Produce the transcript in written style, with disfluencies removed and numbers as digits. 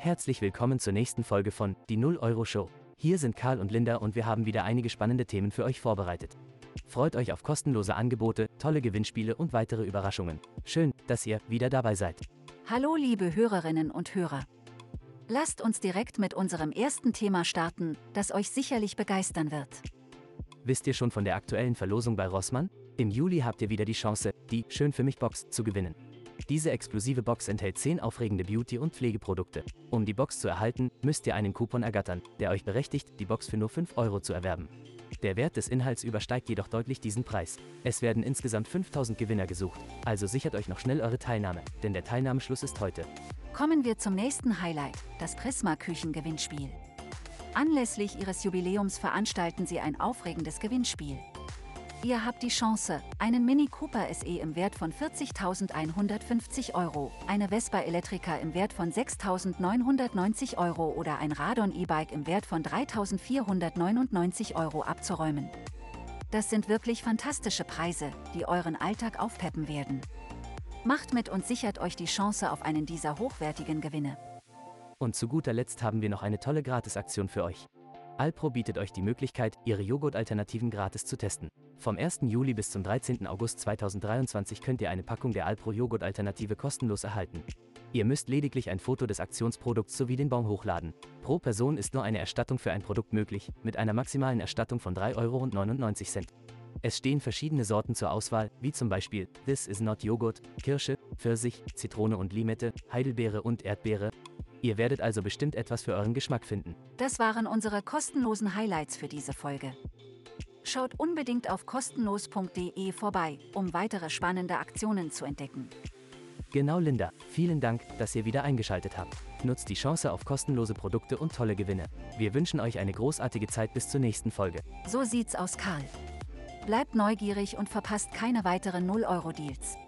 Herzlich willkommen zur nächsten Folge von Die 0-Euro-Show. Hier sind Karl und Linda und wir haben wieder einige spannende Themen für euch vorbereitet. Freut euch auf kostenlose Angebote, tolle Gewinnspiele und weitere Überraschungen. Schön, dass ihr wieder dabei seid. Hallo liebe Hörerinnen und Hörer. Lasst uns direkt mit unserem ersten Thema starten, das euch sicherlich begeistern wird. Wisst ihr schon von der aktuellen Verlosung bei Rossmann? Im Juli habt ihr wieder die Chance, die Schön für mich Box zu gewinnen. Diese exklusive Box enthält 10 aufregende Beauty- und Pflegeprodukte. Um die Box zu erhalten, müsst ihr einen Coupon ergattern, der euch berechtigt, die Box für nur 5 Euro zu erwerben. Der Wert des Inhalts übersteigt jedoch deutlich diesen Preis. Es werden insgesamt 5000 Gewinner gesucht, also sichert euch noch schnell eure Teilnahme, denn der Teilnahmeschluss ist heute. Kommen wir zum nächsten Highlight, das Prisma-Küchen-Gewinnspiel. Anlässlich ihres Jubiläums veranstalten sie ein aufregendes Gewinnspiel. Ihr habt die Chance, einen Mini Cooper SE im Wert von 40.150 Euro, eine Vespa Elettrica im Wert von 6.990 Euro oder ein Radon E-Bike im Wert von 3.499 Euro abzuräumen. Das sind wirklich fantastische Preise, die euren Alltag aufpeppen werden. Macht mit und sichert euch die Chance auf einen dieser hochwertigen Gewinne. Und zu guter Letzt haben wir noch eine tolle Gratisaktion für euch. Alpro bietet euch die Möglichkeit, ihre Joghurt-Alternativen gratis zu testen. Vom 1. Juli bis zum 13. August 2023 könnt ihr eine Packung der Alpro Joghurt-Alternative kostenlos erhalten. Ihr müsst lediglich ein Foto des Aktionsprodukts sowie den Baum hochladen. Pro Person ist nur eine Erstattung für ein Produkt möglich, mit einer maximalen Erstattung von 3,99 Euro. Es stehen verschiedene Sorten zur Auswahl, wie zum Beispiel This is not Joghurt, Kirsche, Pfirsich, Zitrone und Limette, Heidelbeere und Erdbeere. Ihr werdet also bestimmt etwas für euren Geschmack finden. Das waren unsere kostenlosen Highlights für diese Folge. Schaut unbedingt auf kostenlos.de vorbei, um weitere spannende Aktionen zu entdecken. Genau, Linda, vielen Dank, dass ihr wieder eingeschaltet habt. Nutzt die Chance auf kostenlose Produkte und tolle Gewinne. Wir wünschen euch eine großartige Zeit bis zur nächsten Folge. So sieht's aus, Karl. Bleibt neugierig und verpasst keine weiteren 0-Euro-Deals.